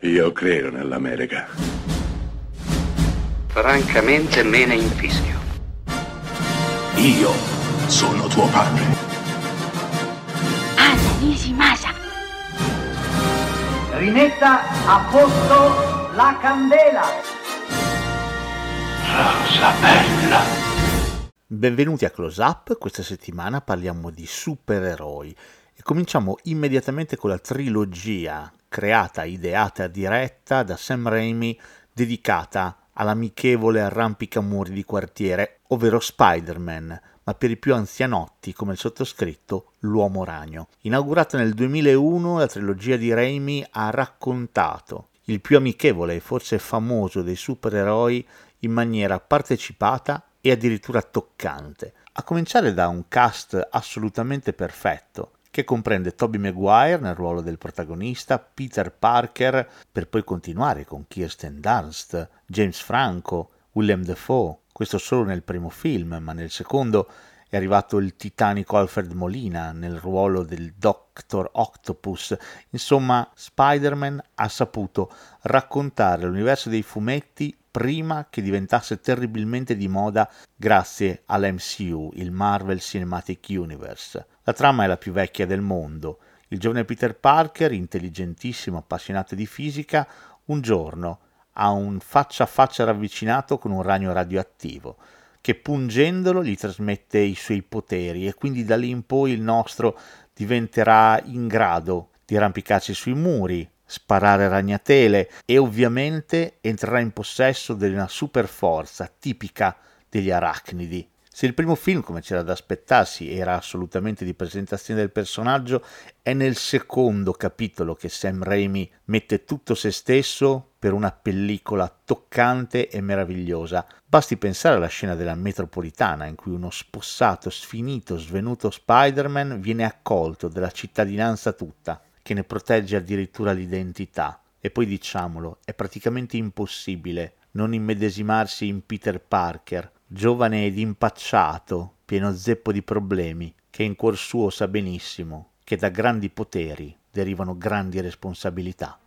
Io credo nell'America. Francamente me ne infischio. Io sono tuo padre. Anna Nishimasa. Rimetta a posto la candela. Rosa bella. Benvenuti a Close Up. Questa settimana parliamo di supereroi e cominciamo immediatamente con la trilogia creata, ideata, diretta da Sam Raimi, dedicata all'amichevole arrampicamuri di quartiere, ovvero Spider-Man, ma per i più anzianotti come il sottoscritto, l'Uomo Ragno. Inaugurata nel 2001, la trilogia di Raimi ha raccontato il più amichevole e forse famoso dei supereroi in maniera partecipata e addirittura toccante, a cominciare da un cast assolutamente perfetto, che comprende Tobey Maguire nel ruolo del protagonista, Peter Parker, per poi continuare con Kirsten Dunst, James Franco, Willem Dafoe, questo solo nel primo film, ma nel secondo è arrivato il titanico Alfred Molina nel ruolo del Dr. Octopus. Insomma, Spider-Man ha saputo raccontare l'universo dei fumetti prima che diventasse terribilmente di moda grazie all'MCU, il Marvel Cinematic Universe. La trama è la più vecchia del mondo. Il giovane Peter Parker, intelligentissimo, appassionato di fisica, un giorno ha un faccia a faccia ravvicinato con un ragno radioattivo che pungendolo gli trasmette i suoi poteri e quindi da lì in poi il nostro diventerà in grado di arrampicarsi sui muri, sparare ragnatele e ovviamente entrerà in possesso di una super forza tipica degli arachnidi. Se il primo film, come c'era da aspettarsi, era assolutamente di presentazione del personaggio, è nel secondo capitolo che Sam Raimi mette tutto se stesso per una pellicola toccante e meravigliosa. Basti pensare alla scena della metropolitana in cui uno spossato, sfinito, svenuto Spider-Man viene accolto dalla cittadinanza tutta, che ne protegge addirittura l'identità. E poi diciamolo, è praticamente impossibile non immedesimarsi in Peter Parker, giovane ed impacciato, pieno zeppo di problemi, che in cuor suo sa benissimo che da grandi poteri derivano grandi responsabilità.